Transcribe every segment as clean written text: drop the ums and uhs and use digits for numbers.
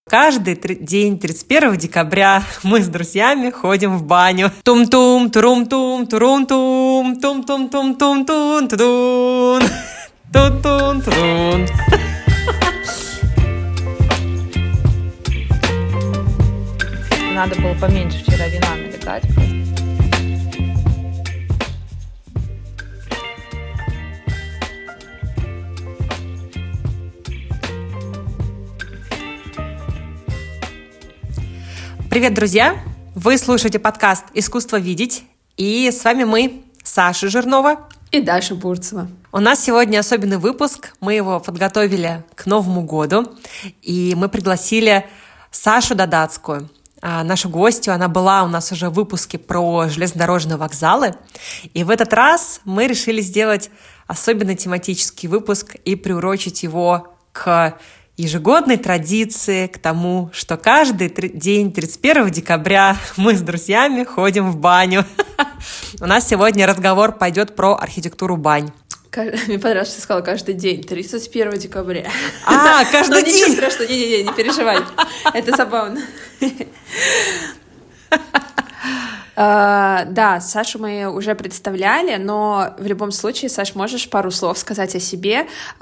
Каждый день 31 декабря мы с друзьями ходим в баню. Тум-тум, турум-тум, турум-тум, тум-тум-тум-тум-тун-тун, тун-тун-тун. Надо было поменьше вчера вина налегать. Привет, друзья! Вы слушаете подкаст «Искусство видеть», и с вами мы, Саша Жирнова и Даша Бурцева. У нас сегодня особенный выпуск, мы его подготовили к Новому году, и мы пригласили Сашу Додацкую, нашу гостью. Она была у нас уже в выпуске про железнодорожные вокзалы, и в этот раз мы решили сделать особенно тематический выпуск и приурочить его к ежегодной традиции, к тому, что каждый день 31 декабря мы с друзьями ходим в баню. У нас сегодня разговор пойдет про архитектуру бань. Мне понравилось, что ты сказала каждый день, 31 декабря. Каждый день! Ничего страшного, не переживай, это забавно. Да, Сашу мы уже представляли, но в любом случае, Саш, можешь пару слов сказать о себе?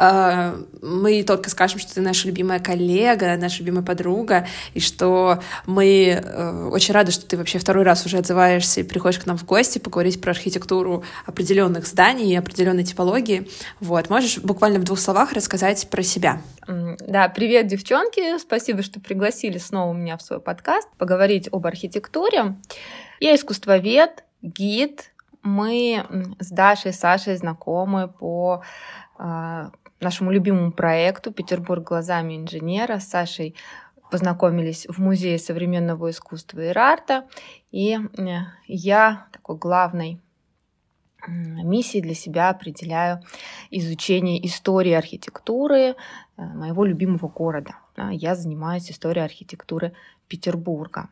Мы только скажем, что ты наша любимая коллега, наша любимая подруга, и что мы очень рады, что ты вообще второй раз уже отзываешься и приходишь к нам в гости поговорить про архитектуру определенных зданий и определенной типологии. Вот, можешь буквально в 2 словах рассказать про себя? Да, привет, девчонки, спасибо, что пригласили снова меня в свой подкаст поговорить об архитектуре. Я искусствовед, гид. Мы с Дашей и Сашей знакомы по нашему любимому проекту «Петербург глазами инженера». С Сашей познакомились в Музее современного искусства и арта. И я такой главной миссией для себя определяю изучение истории архитектуры моего любимого города. Я занимаюсь историей архитектуры Петербурга.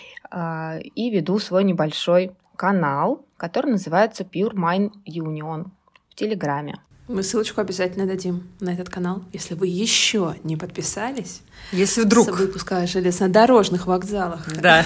И веду свой небольшой канал, который называется Pure Mind Union в Телеграме. Мы ссылочку обязательно дадим на этот канал, если вы еще не подписались. Если вдруг. С выпуска о железнодорожных вокзалах. Да.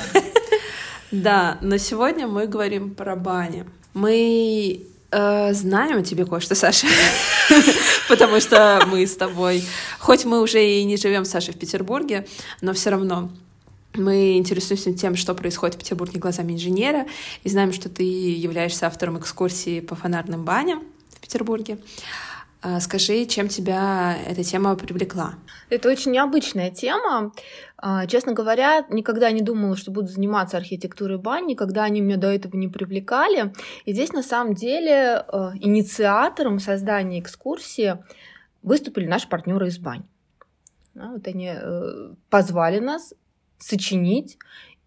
Да, но сегодня мы говорим про бани. Мы знаем о тебе кое-что, Саша, потому что мы с тобой, хоть мы уже и не живем с Сашей в Петербурге, но все равно мы интересуемся тем, что происходит в Петербурге глазами инженера, и знаем, что ты являешься автором экскурсии по фонарным баням в Петербурге. Скажи, чем тебя эта тема привлекла? Это очень необычная тема. Честно говоря, никогда не думала, что буду заниматься архитектурой бань, никогда они меня до этого не привлекали. И здесь, на самом деле, инициатором создания экскурсии выступили наши партнеры из бань. Вот они позвали нас сочинить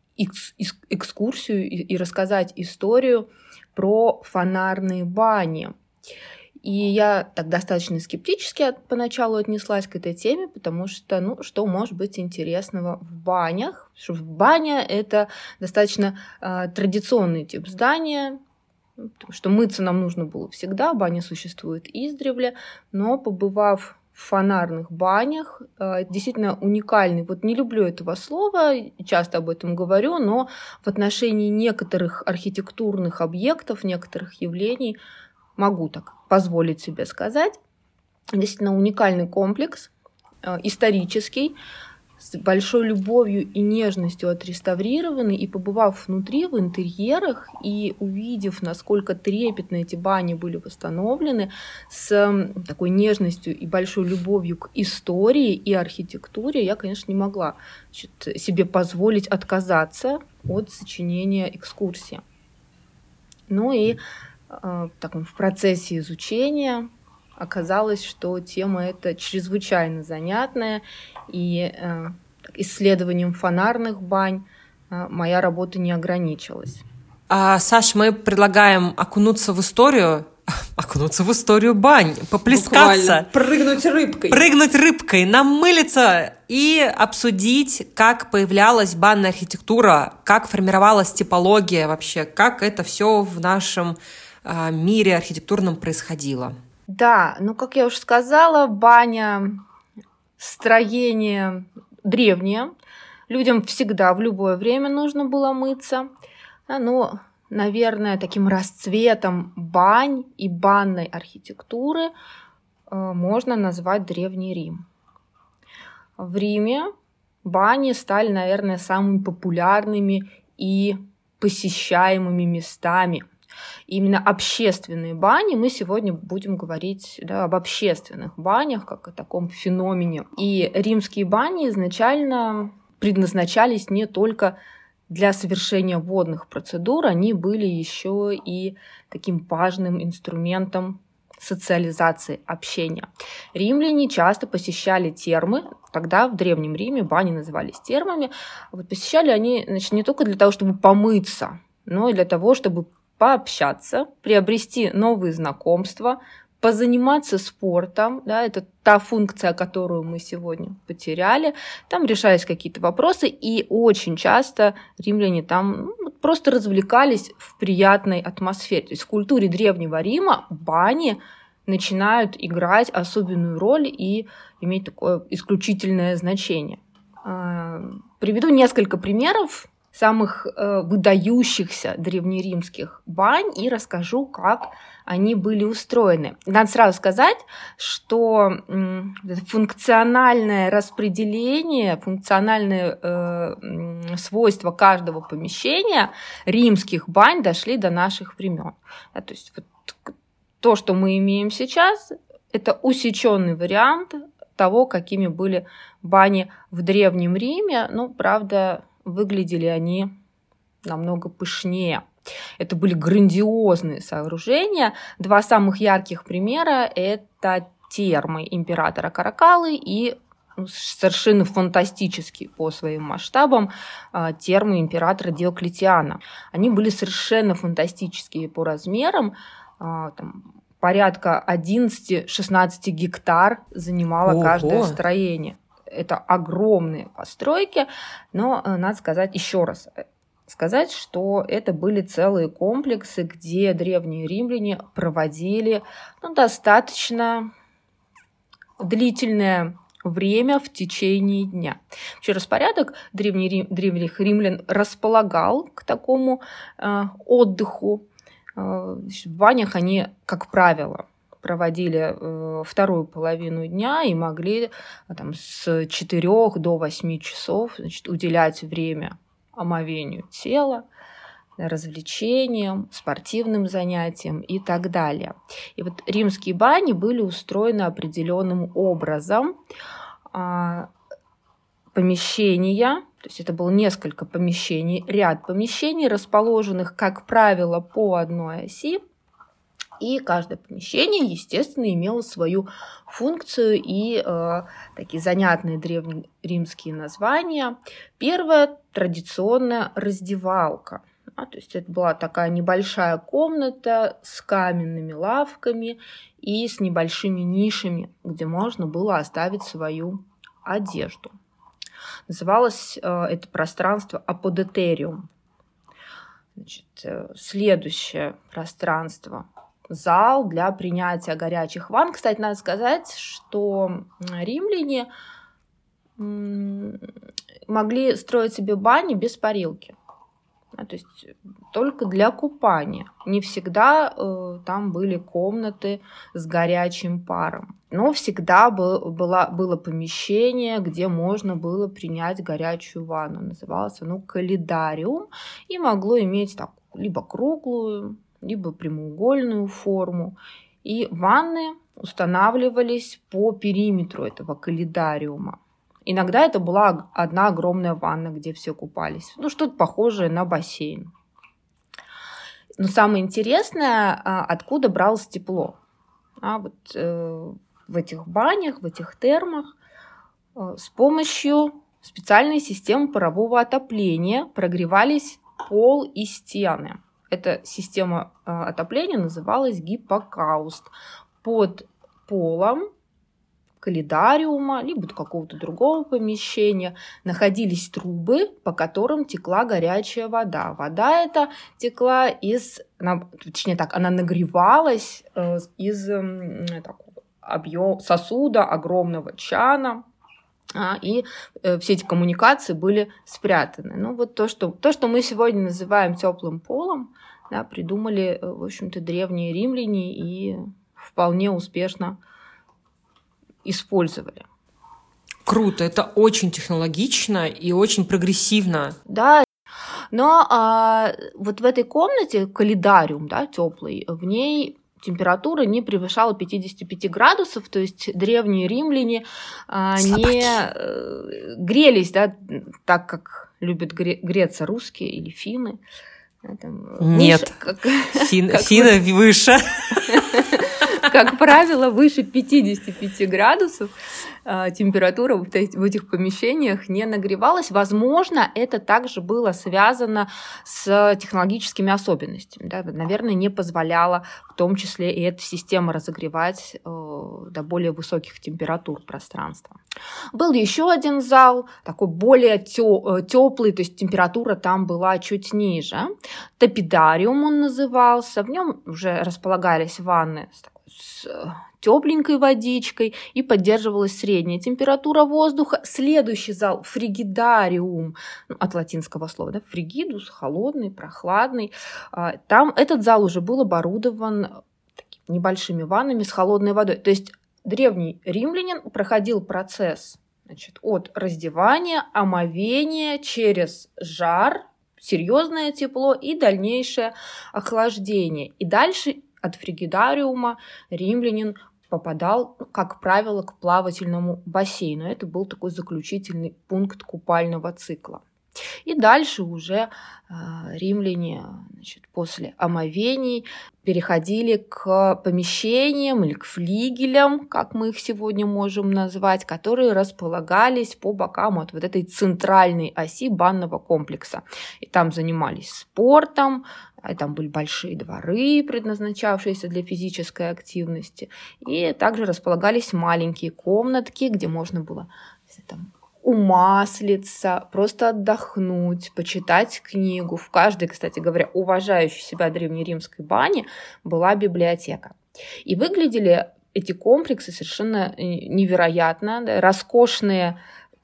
экскурсию и рассказать историю про фонарные бани. И я так достаточно скептически поначалу отнеслась к этой теме, потому что, что может быть интересного в банях? Что баня — это достаточно традиционный тип здания, потому что мыться нам нужно было всегда, баня существует издревле, но побывав в фонарных банях, действительно уникальный. Вот не люблю этого слова, часто об этом говорю, но в отношении некоторых архитектурных объектов, некоторых явлений могу так позволить себе сказать. Действительно уникальный комплекс, исторический, с большой любовью и нежностью отреставрированный, и побывав внутри, в интерьерах, и увидев, насколько трепетно эти бани были восстановлены, с такой нежностью и большой любовью к истории и архитектуре, я, конечно, не могла себе позволить отказаться от сочинения экскурсии. Ну и в процессе изучения оказалось, что тема эта чрезвычайно занятная, и исследованием фонарных бань моя работа не ограничилась. Саш, мы предлагаем окунуться в историю бань, поплескаться. Буквально. Прыгнуть рыбкой, намылиться и обсудить, как появлялась банная архитектура, как формировалась типология вообще, как это все в нашем мире архитектурном происходило. Да, как я уже сказала, баня, строение древние. Людям всегда в любое время нужно было мыться. Но, наверное, таким расцветом бань и банной архитектуры можно назвать Древний Рим. В Риме бани стали, наверное, самыми популярными и посещаемыми местами. Именно общественные бани, мы сегодня будем говорить, да, об общественных банях, как о таком феномене. И римские бани изначально предназначались не только для совершения водных процедур, они были еще и таким важным инструментом социализации, общения. Римляне часто посещали термы, тогда в Древнем Риме бани назывались термами. Посещали они, значит, не только для того, чтобы помыться, но и для того, чтобы пообщаться, приобрести новые знакомства, позаниматься спортом, да, это та функция, которую мы сегодня потеряли. Там решались какие-то вопросы, и очень часто римляне там просто развлекались в приятной атмосфере. То есть в культуре Древнего Рима бани начинают играть особенную роль и иметь такое исключительное значение. Приведу несколько примеров самых выдающихся древнеримских бань и расскажу, как они были устроены. Надо сразу сказать, что функциональное распределение, функциональные свойства каждого помещения римских бань дошли до наших времен. То есть вот то, что мы имеем сейчас, это усеченный вариант того, какими были бани в Древнем Риме. Ну, правда, выглядели они намного пышнее. Это были грандиозные сооружения. Два самых ярких примера – это термы императора Каракалы и совершенно фантастические по своим масштабам термы императора Диоклетиана. Они были совершенно фантастические по размерам. Порядка 11-16 гектар занимало каждое строение. Это огромные постройки, но надо сказать еще раз, что это были целые комплексы, где древние римляне проводили достаточно длительное время в течение дня. Вообще распорядок древних римлян располагал к такому отдыху. В банях они, как правило, проводили вторую половину дня и могли с 4 до 8 часов, значит, уделять время омовению тела, развлечениям, спортивным занятиям и так далее. И вот римские бани были устроены определенным образом. Помещения, то есть это было несколько помещений, ряд помещений, расположенных, как правило, по одной оси. И каждое помещение, естественно, имело свою функцию и такие занятные древнеримские названия. Первая – традиционная раздевалка. То есть это была такая небольшая комната с каменными лавками и с небольшими нишами, где можно было оставить свою одежду. Называлось это пространство аподетериум. Значит, следующее пространство – зал для принятия горячих ванн. Кстати, надо сказать, что римляне могли строить себе бани без парилки. То есть только для купания. Не всегда там были комнаты с горячим паром. Но всегда было помещение, где можно было принять горячую ванну. Называлось оно калидариум и могло иметь либо круглую, либо прямоугольную форму. И ванны устанавливались по периметру этого калидариума. Иногда это была одна огромная ванна, где все купались. Что-то похожее на бассейн. Но самое интересное, откуда бралось тепло. В этих банях, в этих термах с помощью специальной системы парового отопления прогревались пол и стены. Эта система отопления называлась гиппокауст. Под полом калидариума, либо какого-то другого помещения находились трубы, по которым текла горячая вода. Вода эта текла она нагревалась из сосуда, огромного чана. и все эти коммуникации были спрятаны. Ну, вот то, что мы сегодня называем теплым полом, да, придумали, в общем-то, древние римляне и вполне успешно использовали. Круто, это очень технологично и очень прогрессивно. Да, но вот в этой комнате, калидариум, да, теплый, в ней температура не превышала 55 градусов, то есть древние римляне не грелись, да, так, как любят греться русские или финны. Нет, финны выше. Как правило, выше 55 градусов температура в этих помещениях не нагревалась. Возможно, это также было связано с технологическими особенностями. Да? Наверное, не позволяла в том числе и эта система разогревать до более высоких температур пространства. Был еще один зал, такой более теплый, то есть температура там была чуть ниже. Топидариум он назывался. В нем уже располагались ванны с тепленькой водичкой и поддерживалась средняя температура воздуха. Следующий зал — фригидариум, от латинского слова, да, фригидус, холодный, прохладный. Там этот зал уже был оборудован небольшими ваннами с холодной водой. То есть древний римлянин проходил процесс, значит, от раздевания, омовения через жар, серьезное тепло и дальнейшее охлаждение. И дальше от фригидариума римлянин попадал, как правило, к плавательному бассейну. Это был такой заключительный пункт купального цикла. И дальше уже римляне, значит, после омовений переходили к помещениям или к флигелям, как мы их сегодня можем назвать, которые располагались по бокам от вот этой центральной оси банного комплекса. И там занимались спортом, там были большие дворы, предназначавшиеся для физической активности, и также располагались маленькие комнатки, где можно было там умаслиться, просто отдохнуть, почитать книгу. В каждой, кстати говоря, уважающей себя древнеримской бане была библиотека. И выглядели эти комплексы совершенно невероятно, да, роскошные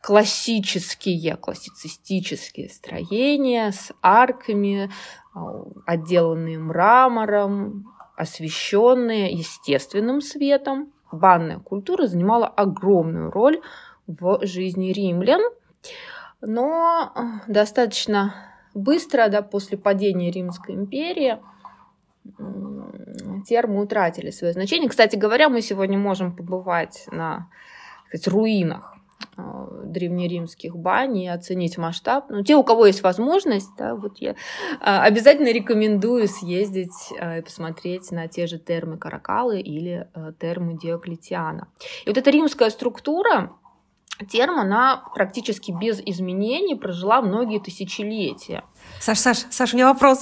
классицистические строения с арками, отделанные мрамором, освещенные естественным светом. Банная культура занимала огромную роль в жизни римлян, но достаточно быстро, да, после падения Римской империи термы утратили свое значение. Кстати говоря, мы сегодня можем побывать на, так сказать, руинах древнеримских бань и оценить масштаб. Но те, у кого есть возможность, да, вот я обязательно рекомендую съездить и посмотреть на те же термы Каракалы или термы Диоклетиана. И вот эта римская структура терм, она практически без изменений прожила многие тысячелетия. Саш, у меня вопрос.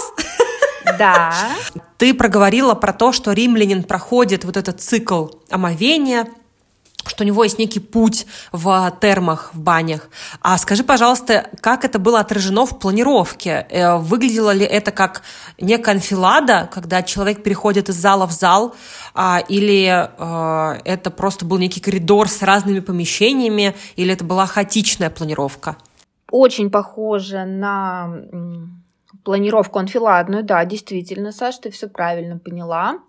Да. Ты проговорила про то, что римлянин проходит вот этот цикл омовения, что у него есть некий путь в термах, в банях. А скажи, пожалуйста, как это было отражено в планировке? Выглядело ли это как некая анфилада, когда человек переходит из зала в зал, или это просто был некий коридор с разными помещениями, или это была хаотичная планировка? Очень похоже на планировку анфиладную, да, действительно, Саш, ты все правильно поняла.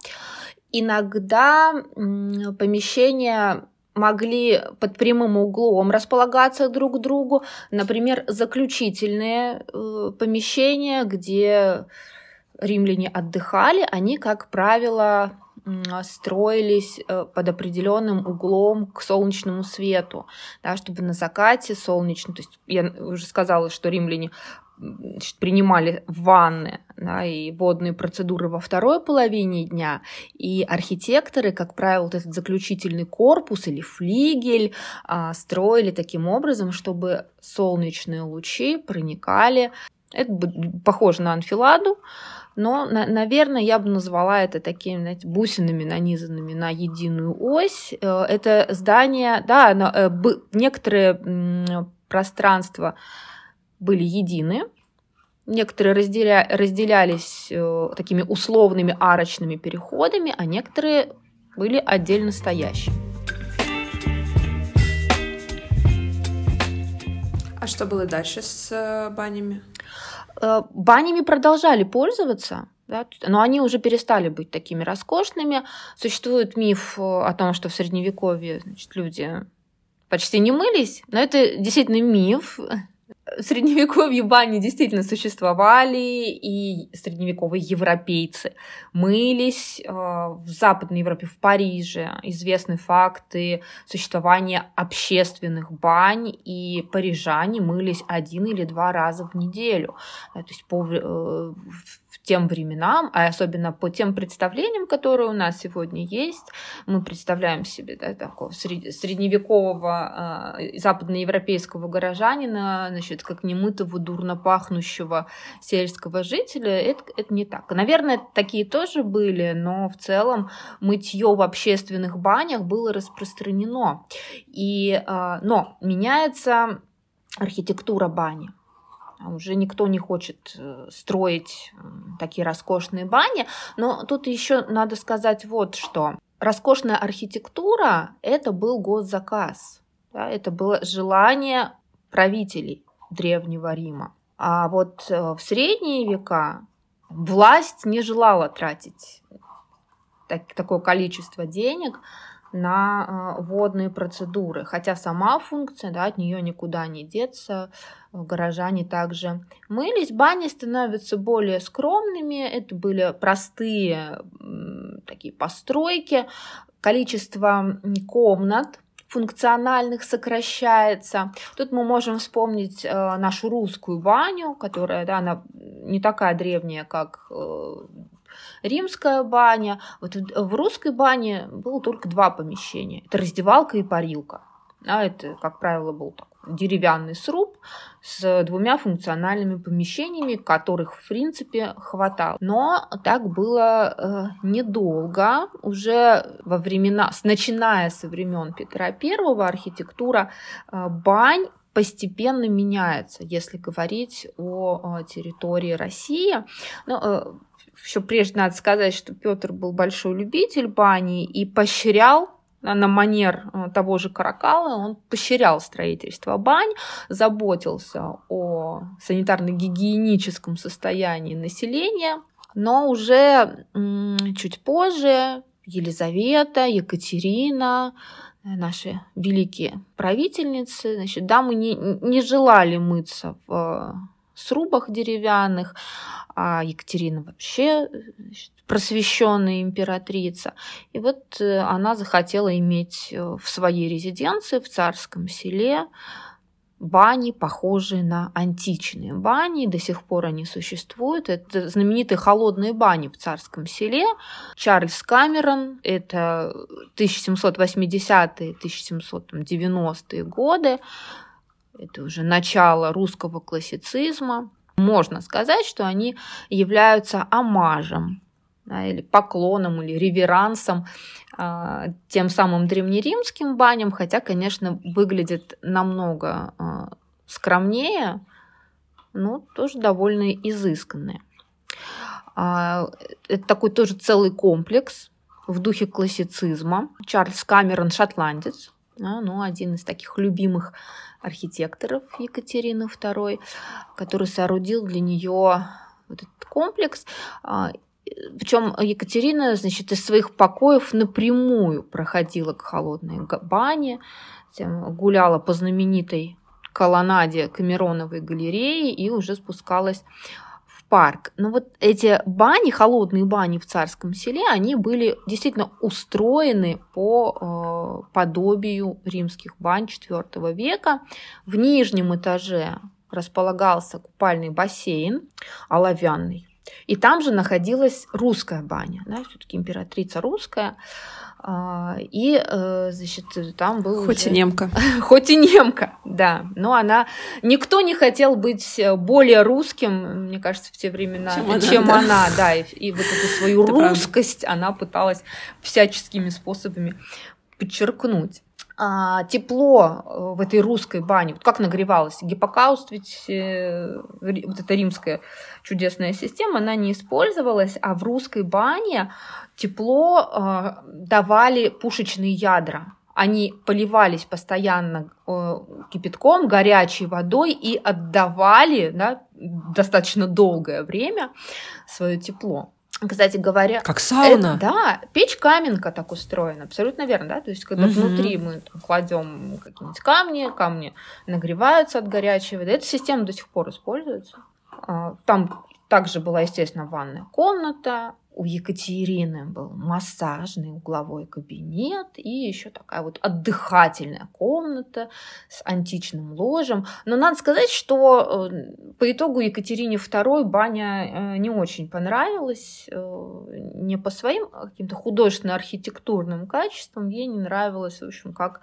Иногда помещения могли под прямым углом располагаться друг к другу. Например, заключительные помещения, где римляне отдыхали, они, как правило, строились под определенным углом к солнечному свету, да, чтобы на закате солнечный, то есть я уже сказала, что римляне принимали ванны, да, и водные процедуры во второй половине дня, и архитекторы, как правило, вот этот заключительный корпус или флигель строили таким образом, чтобы солнечные лучи проникали. Это похоже на анфиладу, но, наверное, я бы назвала это такими, знаете, бусинами, нанизанными на единую ось. Это здание, да, некоторые пространства были едины, некоторые разделялись такими условными арочными переходами, а некоторые были отдельно стоящими. А что было дальше с банями? Банями продолжали пользоваться, да, но они уже перестали быть такими роскошными. Существует миф о том, что в Средневековье, значит, люди почти не мылись, но это действительно миф. В Средневековье бани действительно существовали, и средневековые европейцы мылись. В Западной Европе, в Париже известны факты существования общественных бань, и парижане мылись 1 или 2 раза в неделю. То есть в тем временам, а особенно по тем представлениям, которые у нас сегодня есть, мы представляем себе, да, такого средневекового западноевропейского горожанина, значит, как немытого, дурно пахнущего сельского жителя. Это не так. Наверное, такие тоже были, но в целом мытье в общественных банях было распространено. Но меняется архитектура бани. Уже никто не хочет строить такие роскошные бани. Но тут еще надо сказать вот что. Роскошная архитектура – это был госзаказ. Да, это было желание правителей Древнего Рима. А вот в средние века власть не желала тратить такое количество денег на водные процедуры. Хотя сама функция, да, от нее никуда не деться. Горожане также мылись. Бани становятся более скромными. Это были простые такие постройки. Количество комнат функциональных сокращается. Тут мы можем вспомнить нашу русскую баню, которая, да, она не такая древняя, как римская баня. Вот в русской бане было только 2 помещения. Это раздевалка и парилка. А это, как правило, был такой деревянный сруб с 2 функциональными помещениями, которых, в принципе, хватало. Но так было недолго. Уже начиная со времен Петра I, архитектура бань постепенно меняется, если говорить о территории России. Еще прежде надо сказать, что Петр был большой любитель бани и поощрял, на манер того же Каракалы, он поощрял строительство бань, заботился о санитарно-гигиеническом состоянии населения, но уже чуть позже Елизавета, Екатерина, наши великие правительницы, значит, дамы не желали мыться в срубах деревянных, а Екатерина вообще, значит, просвещенная императрица. И вот она захотела иметь в своей резиденции в Царском Селе бани, похожие на античные бани. До сих пор они существуют. Это знаменитые холодные бани в Царском Селе. Чарльз Камерон, это 1780-1790-е годы. Это уже начало русского классицизма. Можно сказать, что они являются омажем, да, или поклоном, или реверансом тем самым древнеримским баням, хотя, конечно, выглядят намного скромнее, но тоже довольно изысканные. Это такой тоже целый комплекс в духе классицизма. Чарльз Камерон, шотландец, один из таких любимых архитекторов Екатерины II, который соорудил для нее вот этот комплекс. Причем Екатерина, значит, из своих покоев напрямую проходила к холодной бане, гуляла по знаменитой колоннаде Камероновой галереи и уже спускалась в парк. Но вот эти бани, холодные бани в Царском Селе, они были действительно устроены по подобию римских бань IV века. В нижнем этаже располагался купальный бассейн оловянный. И там же находилась русская баня, да, все-таки императрица русская. И, значит, там был хоть и немка. Хоть и немка, да. Но никто не хотел быть более русским, мне кажется, в те времена, чем она. Да. И вот эту свою русскость она пыталась всяческими способами подчеркнуть. Тепло в этой русской бане, вот как нагревалась гиппокауст, ведь вот эта римская чудесная система, она не использовалась, а в русской бане тепло давали пушечные ядра. они поливались постоянно кипятком, горячей водой и отдавали, да, достаточно долгое время свое тепло. Кстати говоря... Как сауна? Да, печь-каменка так устроена, абсолютно верно, да, то есть когда внутри мы кладем какие-нибудь камни нагреваются от горячей воды, эта система до сих пор используется. Там также была, естественно, ванная комната, у Екатерины был массажный угловой кабинет и еще такая вот отдыхательная комната с античным ложем. Но надо сказать, что по итогу Екатерине II баня не очень понравилась. Не по своим каким-то художественно-архитектурным качествам, ей не нравилось, в общем, как...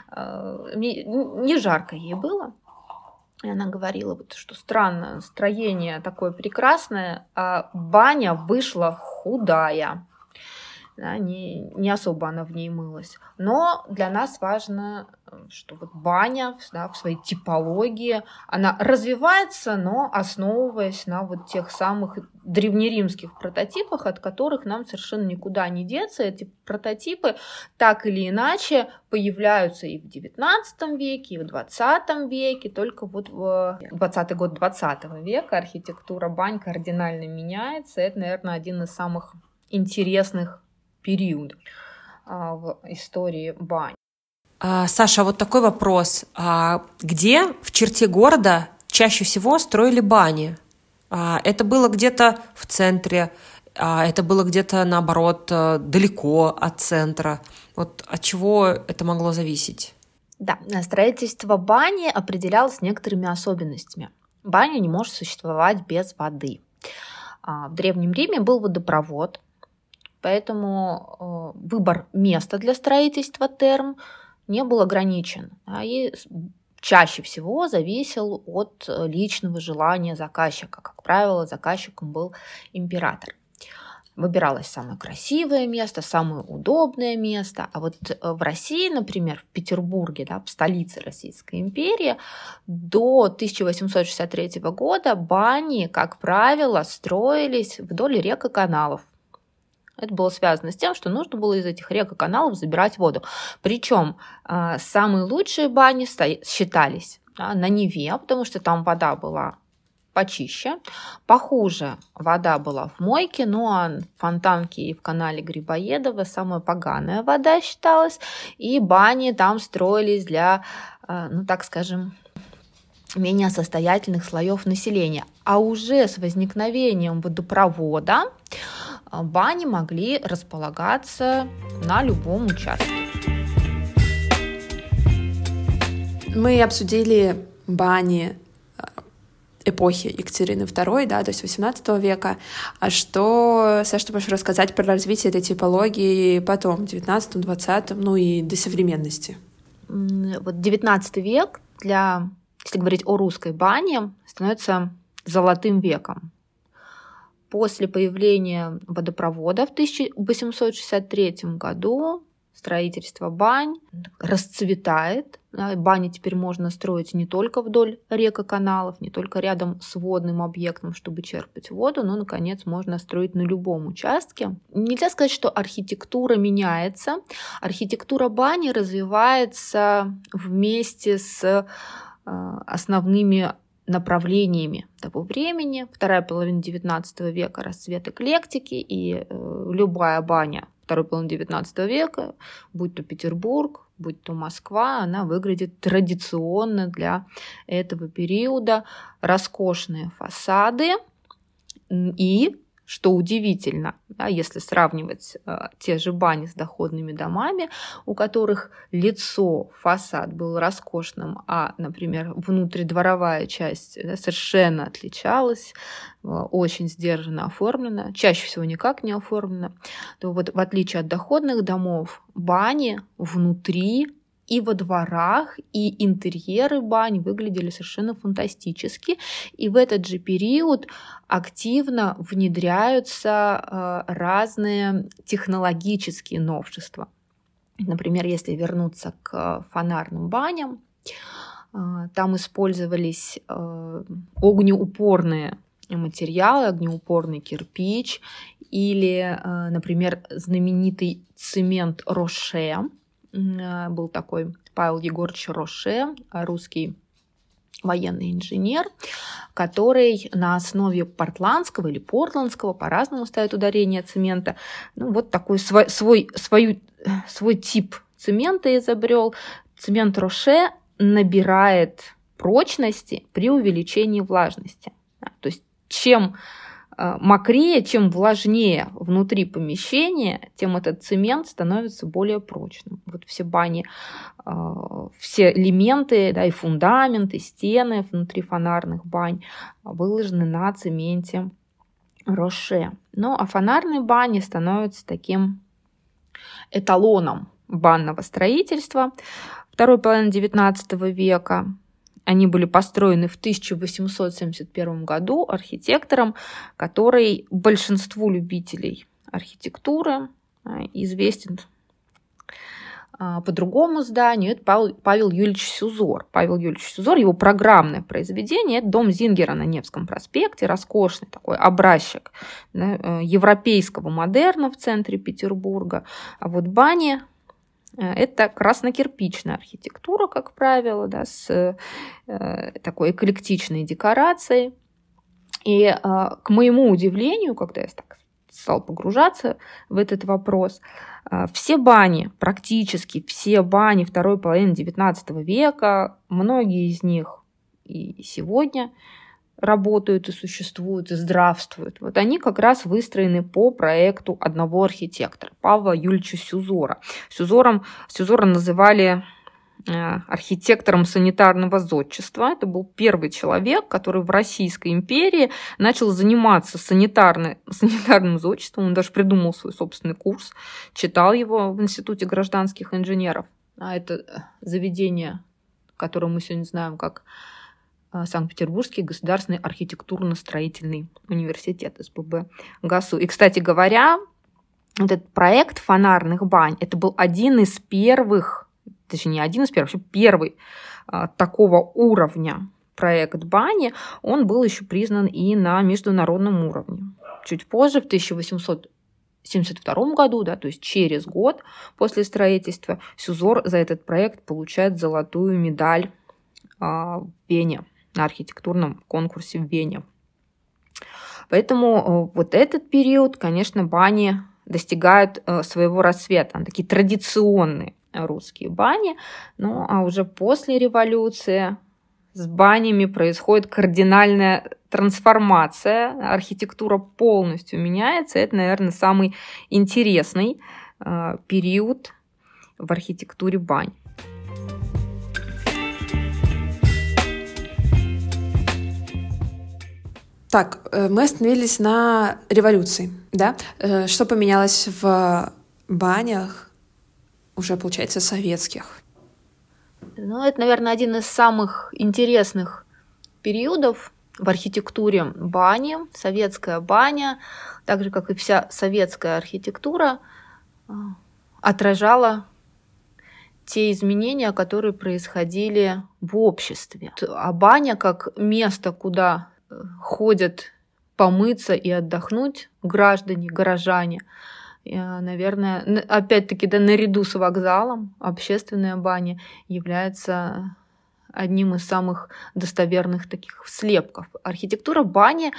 Не жарко ей было. И она говорила, вот, что странно, строение такое прекрасное, а баня вышла худая. Да, не особо она в ней мылась. Но для нас важно, что вот баня, да, в своей типологии, она развивается, но основываясь на вот тех самых древнеримских прототипах, от которых нам совершенно никуда не деться. Эти прототипы так или иначе появляются и в XIX веке, и в XX веке. Только вот в 20-й год XX века архитектура бань кардинально меняется. Это, наверное, один из самых интересных период в истории бань. Саша, вот такой вопрос. Где в черте города чаще всего строили бани? Это было где-то в центре, это было где-то, наоборот, далеко от центра. Вот от чего это могло зависеть? Да, строительство бани определялось некоторыми особенностями. Баня не может существовать без воды. В Древнем Риме был водопровод, поэтому выбор места для строительства терм не был ограничен, и чаще всего зависел от личного желания заказчика. Как правило, заказчиком был император. Выбиралось самое красивое место, самое удобное место. А вот в России, например, в Петербурге, да, в столице Российской империи, до 1863 года бани, как правило, строились вдоль рек и каналов. Это было связано с тем, что нужно было из этих рек и каналов забирать воду. Причем самые лучшие бани считались на Неве, потому что там вода была почище. Похуже вода была в Мойке, а в Фонтанке и в канале Грибоедова самая поганая вода считалась. И бани там строились для, так скажем, менее состоятельных слоев населения. А уже с возникновением водопровода бани могли располагаться на любом участке. Мы обсудили бани эпохи Екатерины II, да, то есть XVIII века. А что, Саша, ты можешь рассказать про развитие этой типологии потом, в XIX, XX, и до современности? Вот XIX век, если говорить о русской бане, становится золотым веком. После появления водопровода в 1863 году строительство бань расцветает. Бани теперь можно строить не только вдоль рек и каналов, не только рядом с водным объектом, чтобы черпать воду, но, наконец, можно строить на любом участке. Нельзя сказать, что архитектура меняется. Архитектура бани развивается вместе с основными направлениями того времени. Вторая половина XIX века — расцвет эклектики, и любая баня второй половины XIX века, будь то Петербург, будь то Москва, она выглядит традиционно для этого периода. Роскошные фасады и, что удивительно, если сравнивать те же бани с доходными домами, у которых фасад был роскошным, а, например, внутридворовая часть совершенно отличалась, очень сдержанно оформлена, чаще всего никак не оформлена, то вот в отличие от доходных домов, бани внутри и во дворах, и интерьеры бань выглядели совершенно фантастически. И в этот же период активно внедряются разные технологические новшества. Например, если вернуться к фонарным баням, там использовались огнеупорные материалы, огнеупорный кирпич или, например, знаменитый цемент Роше. был такой Павел Егорович Роше, русский военный инженер, который на основе портландского или портландского, по-разному ставит ударение, цемента, вот такой свой тип цемента изобрел. Цемент Роше набирает прочности при увеличении влажности. То есть чем мокрее, чем влажнее внутри помещения, тем этот цемент становится более прочным. Вот все бани, все элементы, и фундамент, и стены внутри фонарных бань выложены на цементе Роше. А фонарные бани становятся таким эталоном банного строительства второй половины XIX века. Они были построены в 1871 году архитектором, который большинству любителей архитектуры известен по другому зданию. Это Павел Юльевич Сюзор. Павел Юльевич Сюзор, его программное произведение – это дом Зингера на Невском проспекте, роскошный такой образчик европейского модерна в центре Петербурга. А вот бани – это краснокирпичная архитектура, как правило, с такой эклектичной декорацией. И к моему удивлению, когда я стал погружаться в этот вопрос, все бани, практически все бани второй половины XIX века, многие из них и сегодня работают и существуют, и здравствуют. Вот они как раз выстроены по проекту одного архитектора, Павла Юльевича Сюзора. Сюзора называли архитектором санитарного зодчества. Это был первый человек, который в Российской империи начал заниматься санитарным зодчеством. Он даже придумал свой собственный курс, читал его в Институте гражданских инженеров. Это заведение, которое мы сегодня знаем как Санкт-Петербургский государственный архитектурно-строительный университет, СПб ГАСУ. И, кстати говоря, вот этот проект фонарных бань, это был один из первых, точнее, не один из первых, вообще первый такого уровня проект бани. Он был еще признан и на международном уровне. Чуть позже, в 1872 году, то есть через год после строительства, Сюзор за этот проект получает золотую медаль в Вене, на архитектурном конкурсе в Вене. Поэтому вот этот период, конечно, бани достигают своего расцвета. Такие традиционные русские бани. А уже после революции с банями происходит кардинальная трансформация. Архитектура полностью меняется. Это, наверное, самый интересный период в архитектуре бань. Так, мы остановились на революции, да? Что поменялось в банях уже, получается, советских? Это, наверное, один из самых интересных периодов в архитектуре бани. Советская баня, так же, как и вся советская архитектура, отражала те изменения, которые происходили в обществе. А баня как место, куда ходят помыться и отдохнуть граждане, горожане. Наверное, опять-таки, наряду с вокзалом общественная баня является одним из самых достоверных таких слепков. Архитектура бани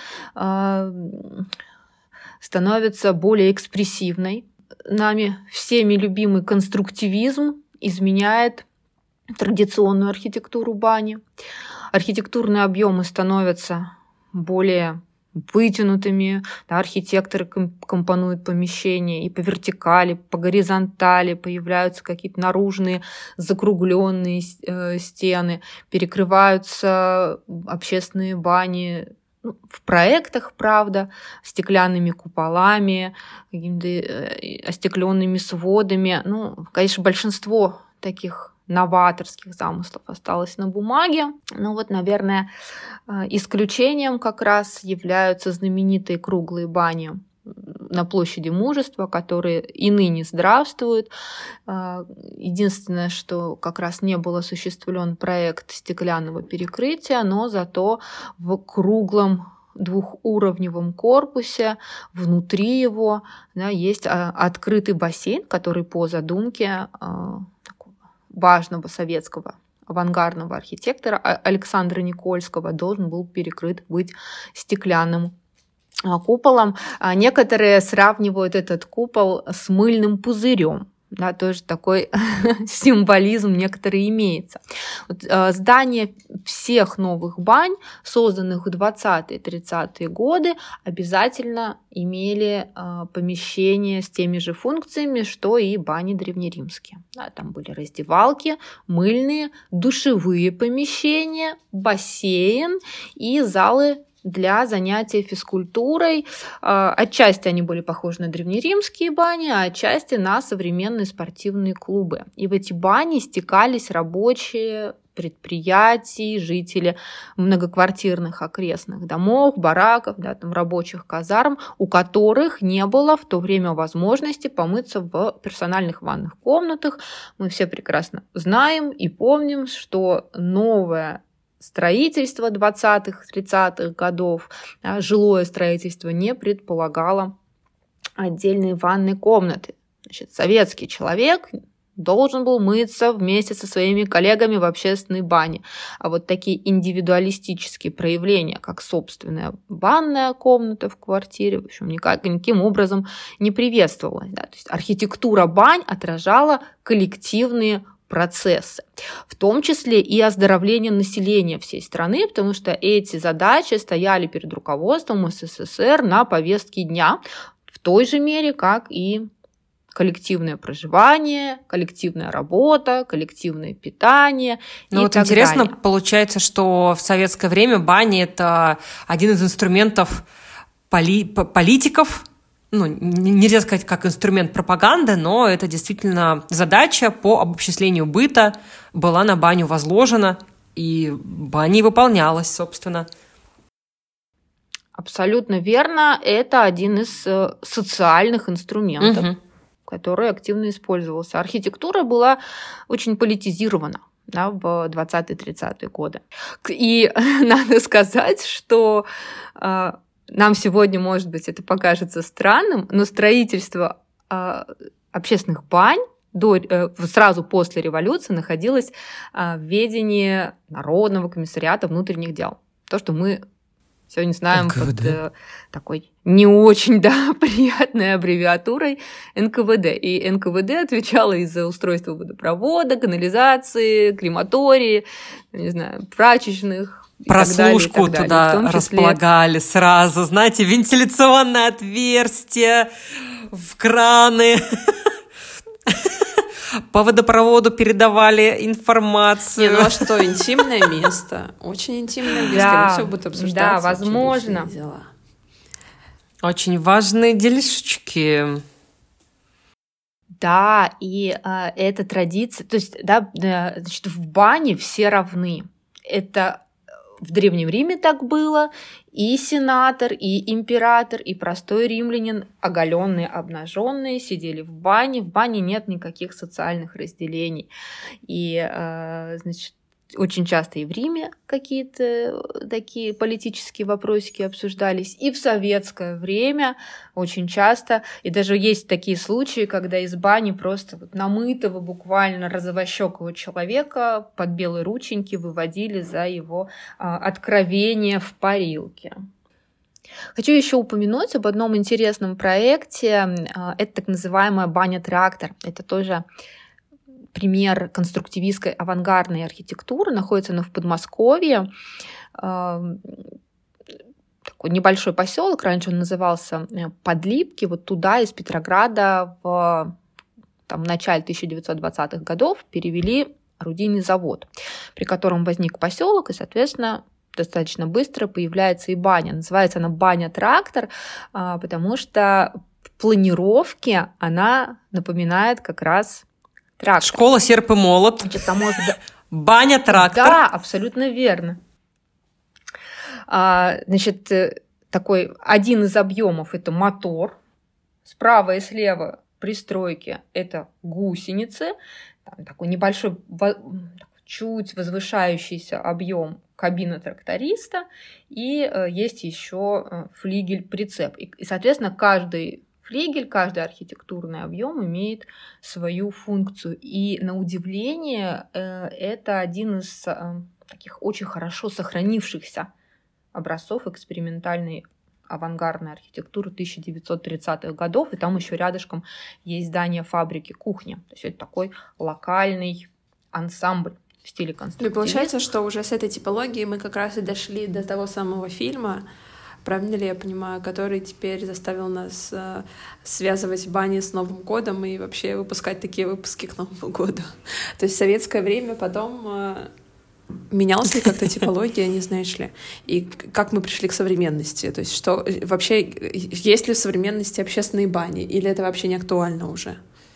становится более экспрессивной. Нами всеми любимый конструктивизм изменяет традиционную архитектуру бани. Архитектурные объемы становятся более вытянутыми. Архитекторы компонуют помещения и по вертикали, по горизонтали, появляются какие-то наружные закругленные стены, перекрываются общественные бани в проектах, правда, стеклянными куполами, какими-то остекленными сводами. Конечно, большинство таких новаторских замыслов осталось на бумаге. Наверное, исключением как раз являются знаменитые круглые бани на площади Мужества, которые и ныне здравствуют. Единственное, что как раз не был осуществлен проект стеклянного перекрытия, но зато в круглом двухуровневом корпусе, внутри его есть открытый бассейн, который по задумке важного советского авангардного архитектора Александра Никольского должен был перекрыт быть стеклянным куполом. Некоторые сравнивают этот купол с мыльным пузырем. Да, тоже такой символизм некоторый имеется. Вот, здания всех новых бань, созданных в 20-30-е годы, обязательно имели помещения с теми же функциями, что и бани древнеримские. Да, там были раздевалки, мыльные, душевые помещения, бассейн и залы для занятия физкультурой. Отчасти они были похожи на древнеримские бани, а отчасти на современные спортивные клубы. И в эти бани стекались рабочие предприятий, жители многоквартирных окрестных домов, бараков, да, там, рабочих казарм, у которых не было в то время возможности помыться в персональных ванных комнатах. Мы все прекрасно знаем и помним, что новое строительство 20-х, 30-х годов, жилое строительство не предполагало отдельные ванные комнаты. Значит, советский человек должен был мыться вместе со своими коллегами в общественной бане. А вот такие индивидуалистические проявления, как собственная ванная комната в квартире, в общем, никаким образом не приветствовалась. Да? То есть архитектура бань отражала коллективные процессы, в том числе и оздоровление населения всей страны, потому что эти задачи стояли перед руководством СССР на повестке дня в той же мере, как и коллективное проживание, коллективная работа, коллективное питание. Ну вот интересно, получается, что в советское время бани – это один из инструментов политиков. Ну, нельзя сказать, как инструмент пропаганды, но это действительно задача по обобщислению быта была на баню возложена, и баня выполнялась, собственно. Абсолютно верно. Это один из социальных инструментов, который активно использовался. Архитектура была очень политизирована, да, в 20-30-е годы. И надо сказать, что нам сегодня, может быть, это покажется странным, но строительство общественных бань сразу после революции находилось в ведении Народного комиссариата внутренних дел. То, что мы сегодня знаем НКВД. Под такой не очень приятной аббревиатурой НКВД. И НКВД отвечала и за устройство водопровода, канализации, крематории, не знаю, прачечных. Прослушку туда располагали сразу, знаете, вентиляционное отверстие, в краны. По водопроводу передавали информацию. Не, ну а что, интимное место? Очень интимное место, да, все будет обсуждаться. Да, возможно. Очень важные делишечки. Да, и эта традиция, то есть, да, значит, в бане все равны. Это в Древнем Риме так было, и сенатор, и император, и простой римлянин, оголенные, обнаженные, сидели в бане. В бане нет никаких социальных разделений. И, значит, очень часто и в Риме какие-то такие политические вопросики обсуждались, и в советское время очень часто, и даже есть такие случаи, когда из бани просто вот намытого, буквально розовощекого человека под белые рученьки выводили за его откровение в парилке. Хочу еще упомянуть об одном интересном проекте. Это так называемая баня-трактор. Это тоже пример конструктивистской авангардной архитектуры. Находится она в Подмосковье. Такой небольшой поселок, раньше он назывался Подлипки. Вот туда из Петрограда в начале 1920-х годов перевели орудийный завод, при котором возник поселок, и, соответственно, достаточно быстро появляется и баня. Называется она баня-трактор, потому что в планировке она напоминает как раз трактор. Школа «Серп и молот». Значит, баня-трактор. Да, абсолютно верно. Значит, такой один из объемов это мотор. Справа и слева пристройки это гусеницы. Там такой небольшой, чуть возвышающийся объем кабина тракториста. И есть еще флигель-прицеп. И, соответственно, каждый флигель, каждый архитектурный объем имеет свою функцию. И на удивление, это один из таких очень хорошо сохранившихся образцов экспериментальной авангардной архитектуры 1930-х годов. И там еще рядышком есть здание фабрики кухни. То есть это такой локальный ансамбль в стиле конструктивизма. И получается, что уже с этой типологией мы как раз и дошли до того самого фильма, правильно ли я понимаю, который теперь заставил нас связывать бани с Новым годом и вообще выпускать такие выпуски к Новому году. То есть в советское время потом менялась ли как-то типология, не знаешь ли? И как мы пришли к современности? То есть что вообще, есть ли в современности общественные бани? Или это вообще не актуально уже?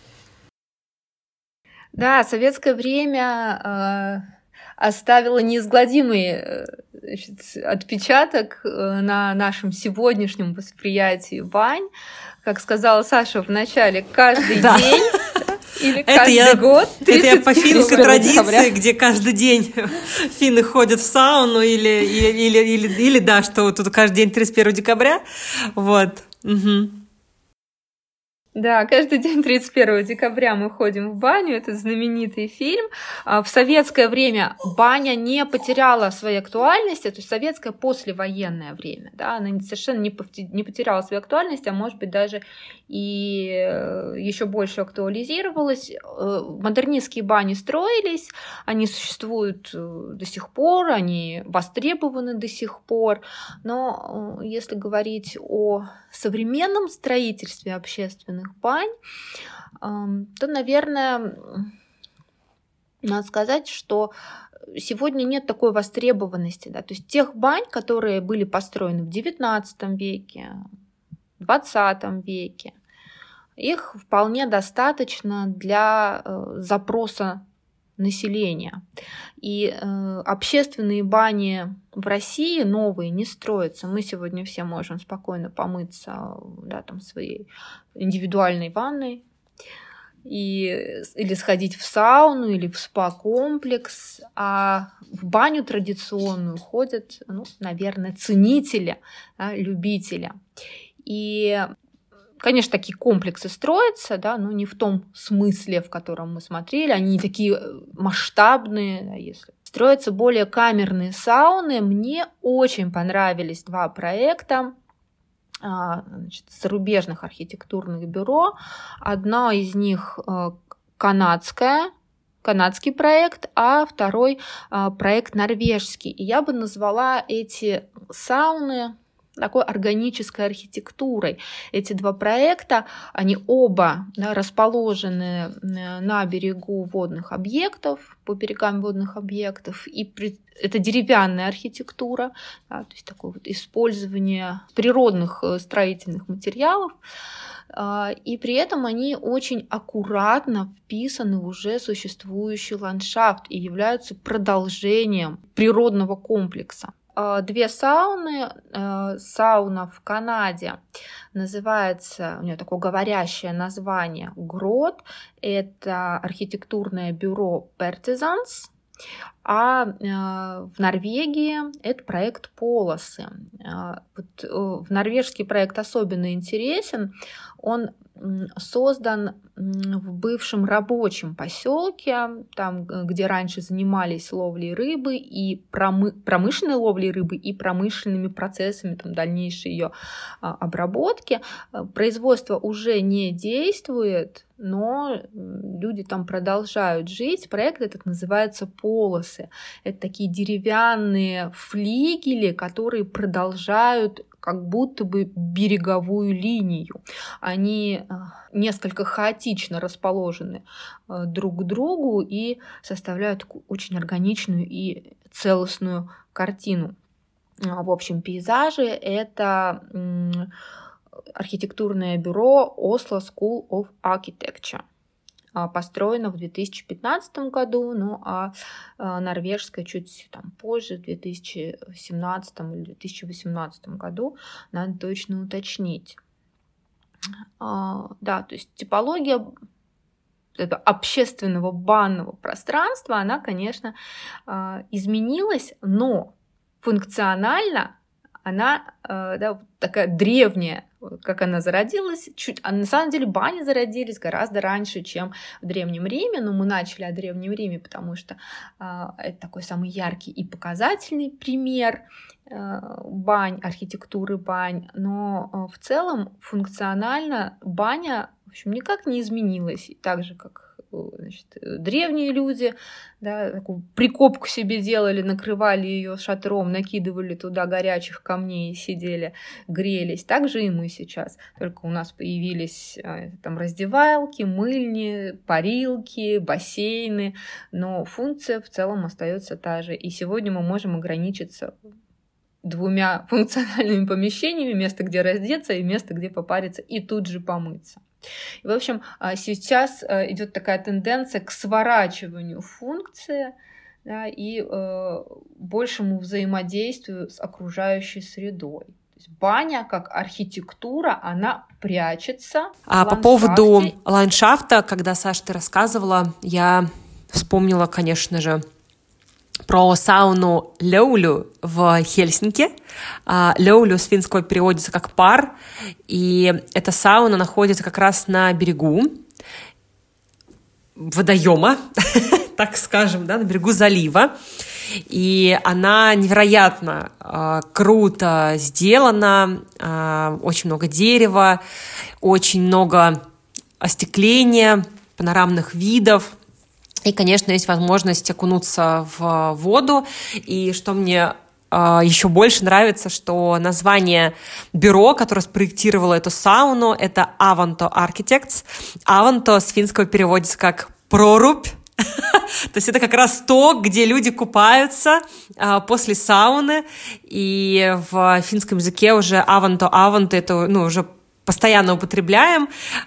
Да, советское время оставило неизгладимый отпечаток на нашем сегодняшнем восприятии бань. Как сказала Саша в начале, каждый день или каждый год. Это я по финской традиции, где каждый день финны ходят в сауну или да, что тут каждый день 31 декабря. Вот. Угу. Да, каждый день 31 декабря мы ходим в баню, это знаменитый фильм. В советское время баня не потеряла своей актуальности, то есть советское послевоенное время, да, она совершенно не потеряла свою актуальность, а может быть даже и еще больше актуализировалась. Модернистские бани строились, они существуют до сих пор, они востребованы до сих пор, но если говорить о современном строительстве общественных бань, то, наверное, надо сказать, что сегодня нет такой востребованности. Да? То есть тех бань, которые были построены в XIX веке, в XX веке, их вполне достаточно для запроса населения. И общественные бани в России новые не строятся. Мы сегодня все можем спокойно помыться, да, там, своей индивидуальной ванной или сходить в сауну, или в спа-комплекс. А в баню традиционную ходят, наверное, ценители, да, любители. И конечно, такие комплексы строятся, да, но не в том смысле, в котором мы смотрели. Они не такие масштабные, да, если строятся более камерные сауны. Мне очень понравились два проекта зарубежных архитектурных бюро. Одно из них канадский проект, а второй проект норвежский. И я бы назвала эти сауны такой органической архитектурой. Эти два проекта, они оба, да, расположены на берегу водных объектов, по берегам водных объектов, и это деревянная архитектура, да, то есть такое вот использование природных строительных материалов, и при этом они очень аккуратно вписаны в уже существующий ландшафт и являются продолжением природного комплекса. Две сауны. Сауна в Канаде называется, у нее такое говорящее название «Грот». Это архитектурное бюро Partisans. А в Норвегии это проект «Полосы». В норвежский проект особенно интересен. Он создан в бывшем рабочем поселке, там, где раньше занимались ловлей рыбы и промышленной ловлей рыбы и промышленными процессами там, дальнейшей ее обработки. Производство уже не действует, но люди там продолжают жить. Проект этот называется «Полосы». Это такие деревянные флигели, которые продолжают как будто бы береговую линию. Они несколько хаотично расположены друг к другу и составляют очень органичную и целостную картину. В общем, пейзажи — это архитектурное бюро Oslo School of Architecture. Построено в 2015 году, ну а норвежская чуть позже, в 2017 или 2018 году, надо точно уточнить. Да, то есть типология этого общественного банного пространства, она, конечно, изменилась, но функционально она такая древняя, как она зародилась. А на самом деле бани зародились гораздо раньше, чем в Древнем Риме. Но мы начали о Древнем Риме, потому что это такой самый яркий и показательный пример бань, архитектуры бань. Но в целом функционально баня, в общем, никак не изменилась. И так же, как древние люди, да, такую прикопку себе делали, накрывали ее шатром, накидывали туда горячих камней и сидели, грелись. Так же и мы сейчас. Только у нас появились там раздевалки, мыльни, парилки, бассейны, но функция в целом остается та же. И сегодня мы можем ограничиться 2 функциональными помещениями: место, где раздеться, и место, где попариться и тут же помыться. И, в общем, сейчас идет такая тенденция к сворачиванию функции, да, и большему взаимодействию с окружающей средой. То есть баня как архитектура, она прячется в ландшафте. По поводу ландшафта, когда, Саша, ты рассказывала, я вспомнила, конечно же, про сауну Лёулю в Хельсинки. Лёулю с финского переводится как пар, и эта сауна находится как раз на берегу водоема, так скажем, да, на берегу залива. И она невероятно круто сделана, очень много дерева, очень много остекления, панорамных видов. И, конечно, есть возможность окунуться в воду. И что мне еще больше нравится, что название бюро, которое спроектировало эту сауну, это Avanto Architects. Avanto с финского переводится как «прорубь». То есть это как раз то, где люди купаются после сауны. И в финском языке уже Avanto это уже постоянно употребляем,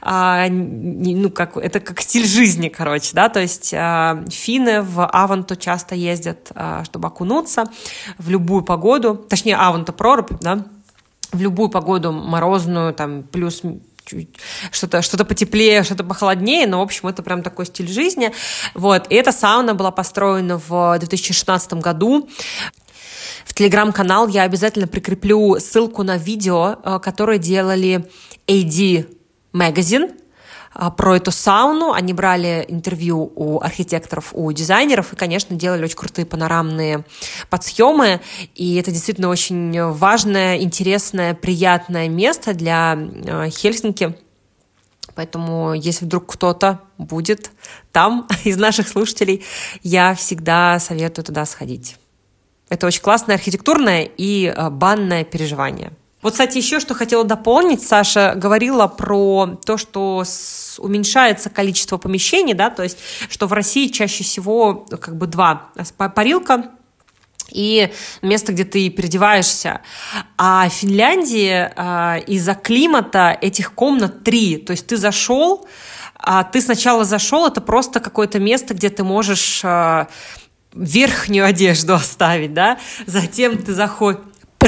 это как стиль жизни, короче, да, то есть финны в Аванто часто ездят, чтобы окунуться в любую погоду, точнее, Аванто прорубь, да, в любую погоду, морозную, там, плюс что-то потеплее, что-то похолоднее, но, в общем, это прям такой стиль жизни, вот, и эта сауна была построена в 2016 году. В телеграм-канал я обязательно прикреплю ссылку на видео, которое делали AD Magazine про эту сауну. Они брали интервью у архитекторов, у дизайнеров и, конечно, делали очень крутые панорамные подсъемы. И это действительно очень важное, интересное, приятное место для Хельсинки. Поэтому, если вдруг кто-то будет там из наших слушателей, я всегда советую туда сходить. Это очень классное архитектурное и банное переживание. Вот, кстати, еще что хотела дополнить. Саша говорила про то, что уменьшается количество помещений, да, то есть, что в России чаще всего как бы 2: парилка и место, где ты переодеваешься. А в Финляндии из-за климата этих комнат 3. То есть ты зашел, ты сначала зашел, это просто какое-то место, где ты можешь верхнюю одежду оставить, да, затем ты заходишь...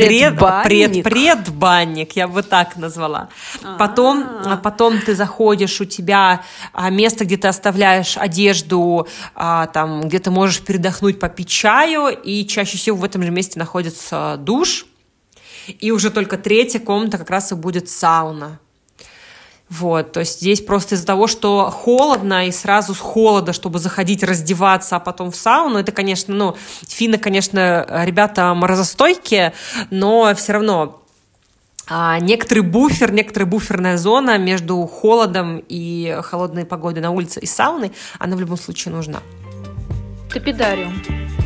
Предбанник, я бы так назвала. Потом ты заходишь, у тебя место, где ты оставляешь одежду, там, где ты можешь передохнуть, попить чаю, и чаще всего в этом же месте находится душ. И уже только 3-я комната как раз и будет сауна. Вот, то есть здесь просто из-за того, что холодно, и сразу с холода, чтобы заходить, раздеваться, а потом в сауну, это, конечно, финны, конечно, ребята морозостойкие, но все равно некоторый буфер, некоторая буферная зона между холодом и холодной погодой на улице и сауной, она в любом случае нужна. Топидариум.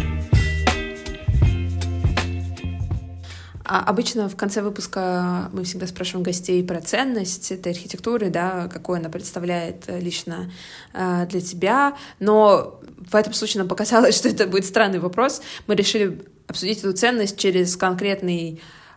Обычно в конце выпуска мы всегда спрашиваем гостей про ценность этой архитектуры, да, какой она представляет лично для тебя. Но в этом случае нам показалось, что это будет странный вопрос. Мы решили обсудить эту ценность через конкретный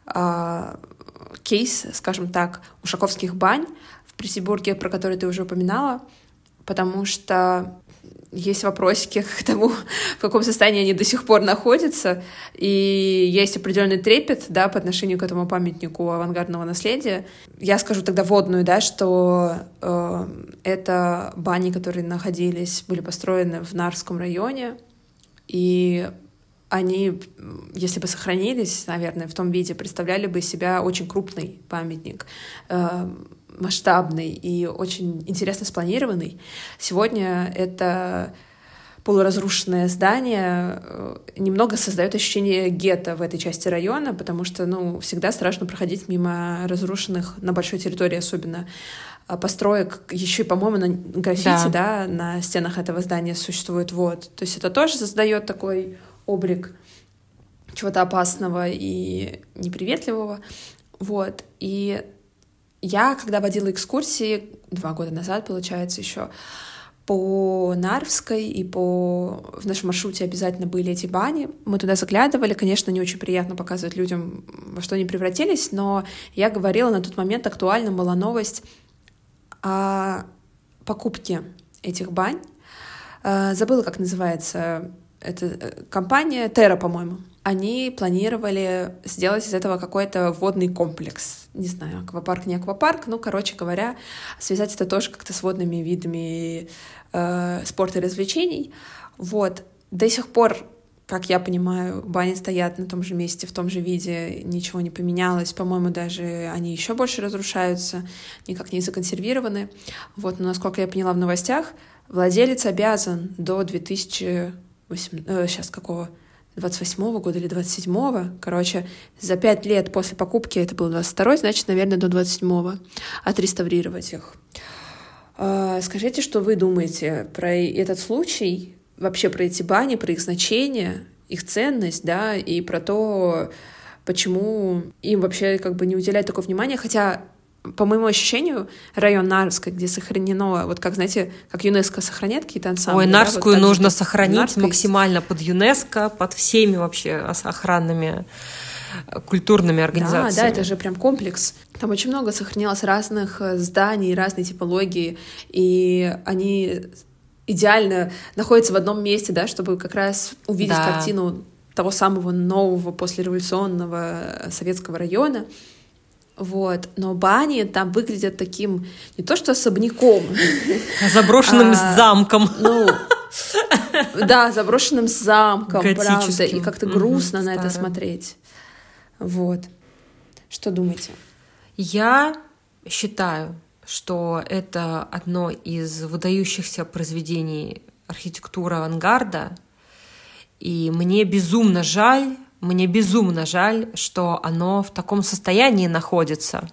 кейс, скажем так, ушаковских бань в Пресебурге, про который ты уже упоминала, потому что есть вопросики к тому, в каком состоянии они до сих пор находятся, и есть определенный трепет, да, по отношению к этому памятнику авангардного наследия. Я скажу тогда вводную, да, что это бани, которые были построены в Нарвском районе, и они, если бы сохранились, наверное, в том виде, представляли бы из себя очень крупный памятник, масштабный и очень интересно спланированный. Сегодня это полуразрушенное здание немного создает ощущение гетто в этой части района, потому что, всегда страшно проходить мимо разрушенных на большой территории, особенно построек, еще и, по-моему, на граффити, да, на стенах этого здания существует. Вот. То есть это тоже создает такой облик чего-то опасного и неприветливого. Вот. И я, когда водила экскурсии 2 года назад, получается, еще по Нарвской и в нашем маршруте обязательно были эти бани. Мы туда заглядывали. Конечно, не очень приятно показывать людям, во что они превратились, но я говорила, на тот момент актуальна была новость о покупке этих бань. Забыла, как называется эта компания, Terra, по-моему. Они планировали сделать из этого какой-то водный комплекс. Не знаю, аквапарк, не аквапарк, короче говоря, связать это тоже как-то с водными видами спорта и развлечений. Вот. До сих пор, как я понимаю, бани стоят на том же месте, в том же виде, ничего не поменялось. По-моему, даже они еще больше разрушаются, никак не законсервированы. Вот. Но, насколько я поняла в новостях, владелец обязан до 28-го года или 27-го, короче, за 5 лет после покупки, это был 22-й, значит, наверное, до 27-го, отреставрировать их. Скажите, что вы думаете про этот случай, вообще про эти бани, про их значение, их ценность, да, и про то, почему им вообще не уделяют такое внимание, хотя, по моему ощущению, район Нарвской, где сохранено, вот как, знаете, как ЮНЕСКО сохраняет какие-то ансамбли. Ой, Нарвскую нужно сохранить Нарвской максимально под ЮНЕСКО, под всеми вообще охранными культурными организациями. Да, это же прям комплекс. Там очень много сохранилось разных зданий, разной типологии, и они идеально находятся в одном месте, да, чтобы как раз увидеть картину того самого нового послереволюционного советского района. Вот. Но бани там выглядят таким не то что особняком, заброшенным замком. Да, заброшенным замком, правда, и как-то грустно на это смотреть. Вот. Что думаете? Я считаю, что это одно из выдающихся произведений архитектуры авангарда, и мне безумно жаль, что оно в таком состоянии находится.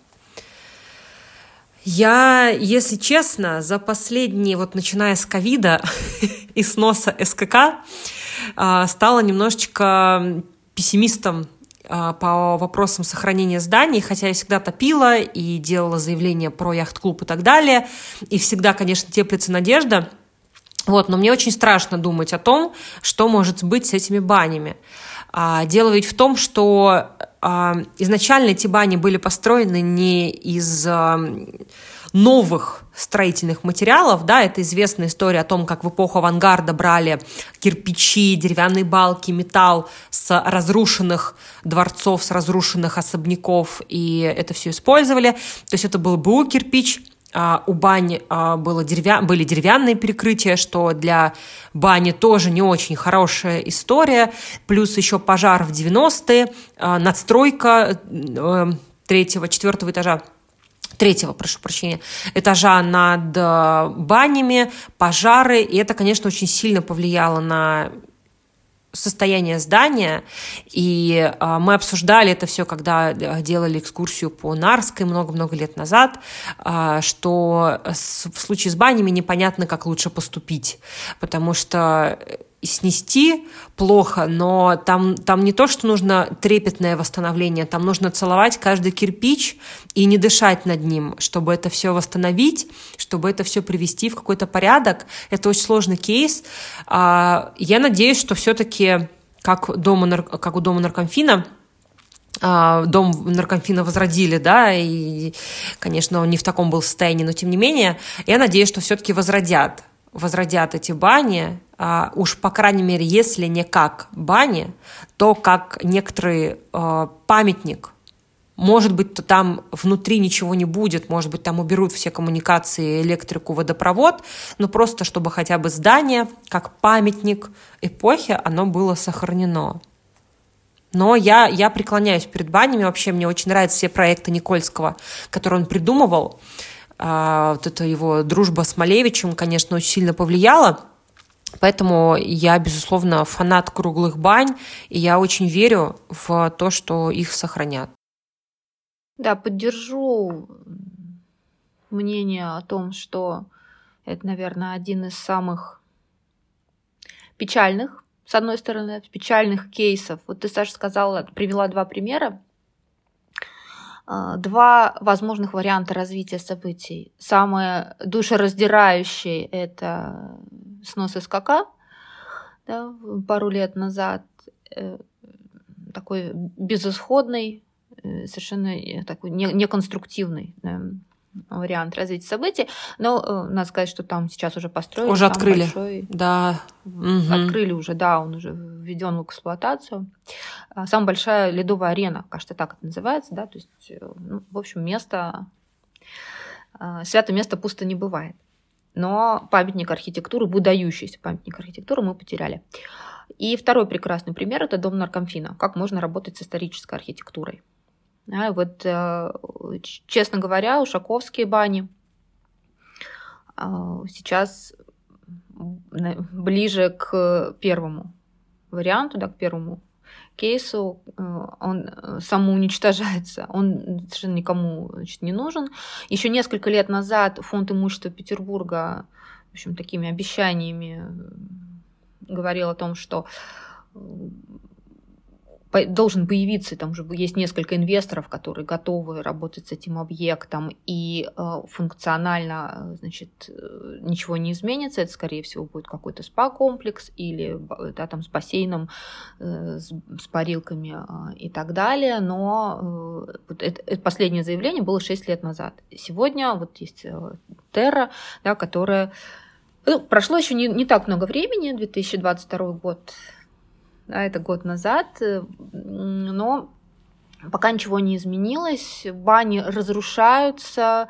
Я, если честно, за последние, начиная с ковида и сноса СКК, стала немножечко пессимистом по вопросам сохранения зданий, хотя я всегда топила и делала заявления про яхт-клуб и так далее, и всегда, конечно, теплится надежда. Вот, но мне очень страшно думать о том, что может быть с этими банями. Дело ведь в том, что изначально эти бани были построены не из новых строительных материалов, да, это известная история о том, как в эпоху авангарда брали кирпичи, деревянные балки, металл с разрушенных дворцов, с разрушенных особняков, и это все использовали. То есть это был БУ кирпич, у бань были деревянные перекрытия, что для бани тоже не очень хорошая история. Плюс еще пожар в 90-е, надстройка 3-4 этажа над банями, пожары. И это, конечно, очень сильно повлияло на состояние здания, и мы обсуждали это все, когда делали экскурсию по Нарвской много-много лет назад, что в случае с банями непонятно, как лучше поступить, потому что снести плохо, но там не то, что нужно трепетное восстановление, там нужно целовать каждый кирпич и не дышать над ним, чтобы это все восстановить, чтобы это все привести в какой-то порядок. Это очень сложный кейс. Я надеюсь, что все-таки, как у Дома наркомфина, дом наркомфина возродили, да, и, конечно, он не в таком был состоянии, но тем не менее, я надеюсь, что все-таки возродят эти бани, уж, по крайней мере, если не как бани, то как некоторый памятник Может быть, то там внутри ничего не будет, может быть, там уберут все коммуникации, электрику, водопровод, но просто чтобы хотя бы здание, как памятник эпохи, оно было сохранено. Но я преклоняюсь перед банями. Вообще, мне очень нравятся все проекты Никольского, которые он придумывал. Вот эта его дружба с Малевичем, конечно, очень сильно повлияла. Поэтому я, безусловно, фанат круглых бань, и я очень верю в то, что их сохранят. Да, поддержу мнение о том, что это, наверное, один из самых печальных, с одной стороны, печальных кейсов. Вот ты, Саша, сказала, привела два примера. Два возможных варианта развития событий. Самое душераздирающее – это снос СКК, да, пару лет назад. Такой безысходный, совершенно такой неконструктивный, да, вариант развития событий. Но надо сказать, что там сейчас уже построили. Уже открыли. Большой... Да. Открыли уже, да, он уже введен в эксплуатацию. Самая большая ледовая арена, кажется, так это называется, да, то есть, ну, в общем, место, святое место пусто не бывает. Но памятник архитектуры, выдающийся памятник архитектуры мы потеряли. И второй прекрасный пример – это дом наркомфина. Как можно работать с исторической архитектурой. Да, вот, честно говоря, ушаковские бани сейчас ближе к первому варианту, да, к первому кейсу. Он самоуничтожается, он совершенно никому, значит, не нужен. Еще несколько лет назад Фонд имущества Петербурга, в общем, такими обещаниями говорил о том, что должен появиться, там уже есть несколько инвесторов, которые готовы работать с этим объектом, и функционально, значит, ничего не изменится. Это, скорее всего, будет какой-то спа-комплекс или, да, там, с бассейном, с парилками и так далее. Но это последнее заявление было 6 лет назад. Сегодня вот есть Терра, да, которая... Ну, прошло еще не так много времени, 2022 год, да, это год назад, но пока ничего не изменилось, бани разрушаются,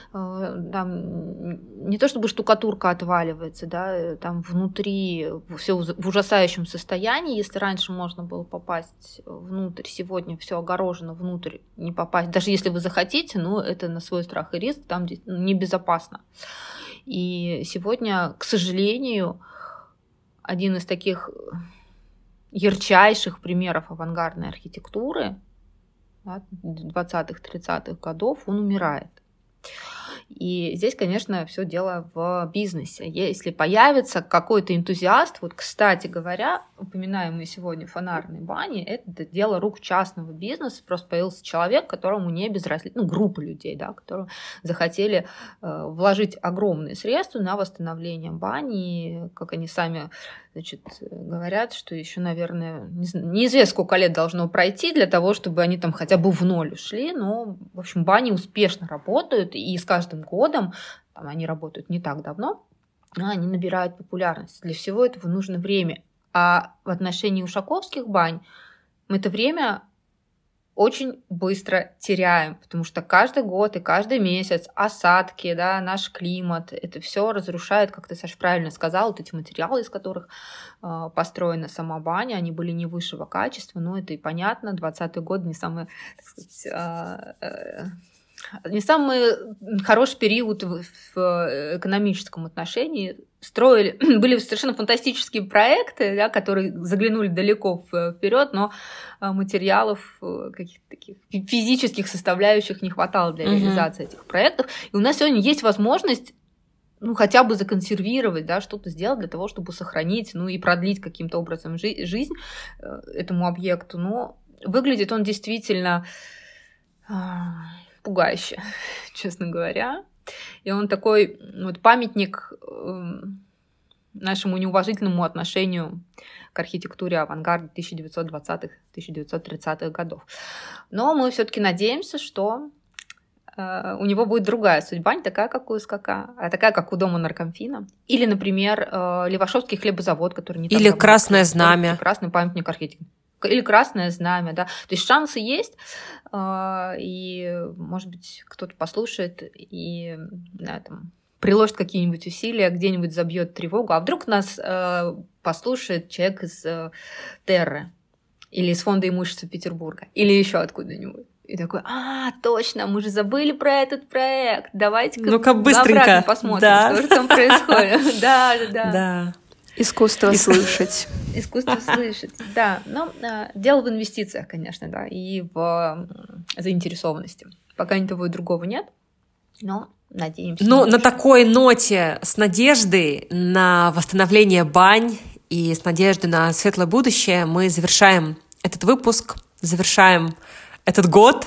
там не то чтобы штукатурка отваливается, да, там внутри все в ужасающем состоянии. Если раньше можно было попасть внутрь, сегодня все огорожено, внутрь не попасть. Даже если вы захотите, ну, это на свой страх и риск, там небезопасно. И сегодня, к сожалению, один из таких ярчайших примеров авангардной архитектуры, да, 20-30-х годов, он умирает. И здесь, конечно, все дело в бизнесе. Если появится какой-то энтузиаст, вот, кстати говоря, упоминаемые сегодня фонарные бани, это дело рук частного бизнеса. Просто появился человек, которому не безразлично, ну, группа людей, да, которые захотели вложить огромные средства на восстановление бани, как они сами, значит, говорят, что еще, наверное, неизвестно, сколько лет должно пройти для того, чтобы они там хотя бы в ноль ушли, но, в общем, бани успешно работают, и с каждым годом, там, они работают не так давно, они набирают популярность. Для всего этого нужно время. А в отношении ушаковских бань мы это время очень быстро теряем, потому что каждый год и каждый месяц осадки, да, наш климат, это все разрушает, как ты, Саша, правильно сказала, вот эти материалы, из которых построена сама баня, они были не высшего качества, но это и понятно, 20-й год не самый, так сказать, не самый хороший период в экономическом отношении. Были совершенно фантастические проекты, да, которые заглянули далеко вперед, но материалов, каких-то таких физических составляющих не хватало для реализации этих проектов. И у нас сегодня есть возможность, ну, хотя бы законсервировать, да, что-то сделать для того, чтобы сохранить, ну, и продлить каким-то образом жизнь этому объекту. Но выглядит он действительно пугающе, честно говоря. И он такой вот памятник нашему неуважительному отношению к архитектуре авангарда 1920-1930-х годов. Но мы все-таки надеемся, что у него будет другая судьба, не такая, как у СКК, а такая, как у дома наркомфина. Или, например, Левашовский хлебозавод, который не так Или давно Красное Знамя. Прекрасный памятник архитектуры. или красное знамя, да. То есть шансы есть, и, может быть, кто-то послушает и, да, там, приложит какие-нибудь усилия, где-нибудь забьет тревогу, а вдруг нас послушает человек из Терры или из Фонда имущества Петербурга, или еще откуда-нибудь. И такой, точно, мы же забыли про этот проект, давайте-ка ну-ка быстренько посмотрим, да. что же там происходит. Да. Искусство слышать. Искусство слышать, да. Но дело в инвестициях, конечно, да, и в заинтересованности. Пока ни того и другого нет, но надеемся. Ну, на такой ноте с надеждой на восстановление бань и с надеждой на светлое будущее мы завершаем этот выпуск, завершаем этот год.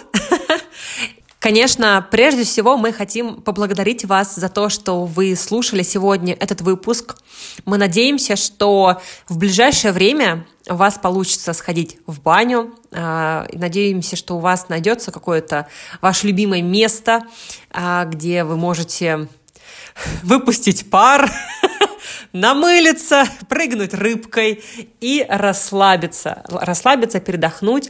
Конечно, прежде всего мы хотим поблагодарить вас за то, что вы слушали сегодня этот выпуск. Мы надеемся, что в ближайшее время у вас получится сходить в баню. Надеемся, что у вас найдется какое-то ваше любимое место, где вы можете выпустить пар, намылиться, прыгнуть рыбкой и расслабиться, передохнуть.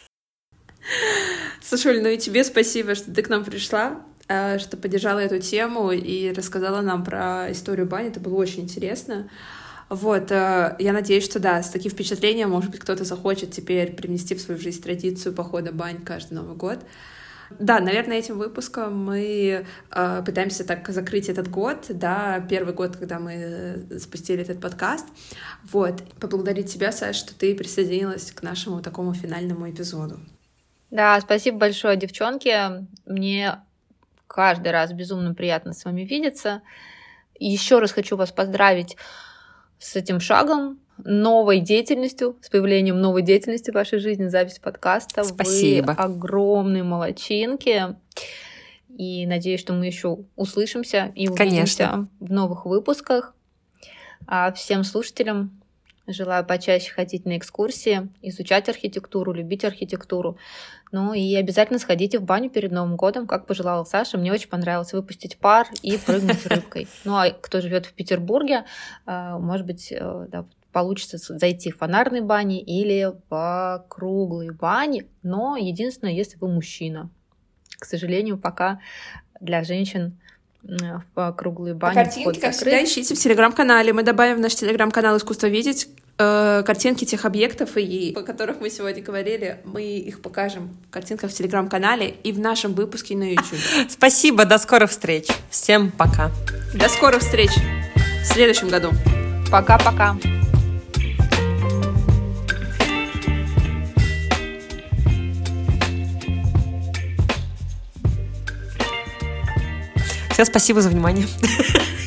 Сашуль, ну и тебе спасибо, что ты к нам пришла, что поддержала эту тему и рассказала нам про историю бани. Это было очень интересно. Вот, я надеюсь, что да, с таким впечатлением, может быть, кто-то захочет теперь привнести в свою жизнь традицию похода бань каждый Новый год. Да, наверное, этим выпуском мы пытаемся так закрыть этот год, да, первый год, когда мы запустили этот подкаст. Вот, поблагодарить тебя, Саш, что ты присоединилась к нашему такому финальному эпизоду. Да, спасибо большое, девчонки. Мне каждый раз безумно приятно с вами видеться. Еще раз хочу вас поздравить с этим шагом, новой деятельностью, с появлением новой деятельности в вашей жизни, запись подкаста. Спасибо. Вы огромные молодчинки. И надеюсь, что мы еще услышимся и увидимся в новых выпусках. А всем слушателям желаю почаще ходить на экскурсии, изучать архитектуру, любить архитектуру. Ну и обязательно сходите в баню перед Новым годом, как пожелала Саша. Мне очень понравилось выпустить пар и прыгнуть рыбкой. Ну а кто живет в Петербурге, может быть, да, получится зайти в фонарные бани или в круглые бани. Но единственное, если вы мужчина. К сожалению, пока для женщин в круглые бани. Картинки, как всегда, ищите в телеграм-канале. Мы добавим в наш телеграм-канал «Искусство видеть» картинки тех объектов, о которых мы сегодня говорили. Мы их покажем в картинках в телеграм-канале и в нашем выпуске на YouTube. Спасибо, до скорых встреч. Всем пока. До скорых встреч в следующем году. Пока-пока. Всем спасибо за внимание.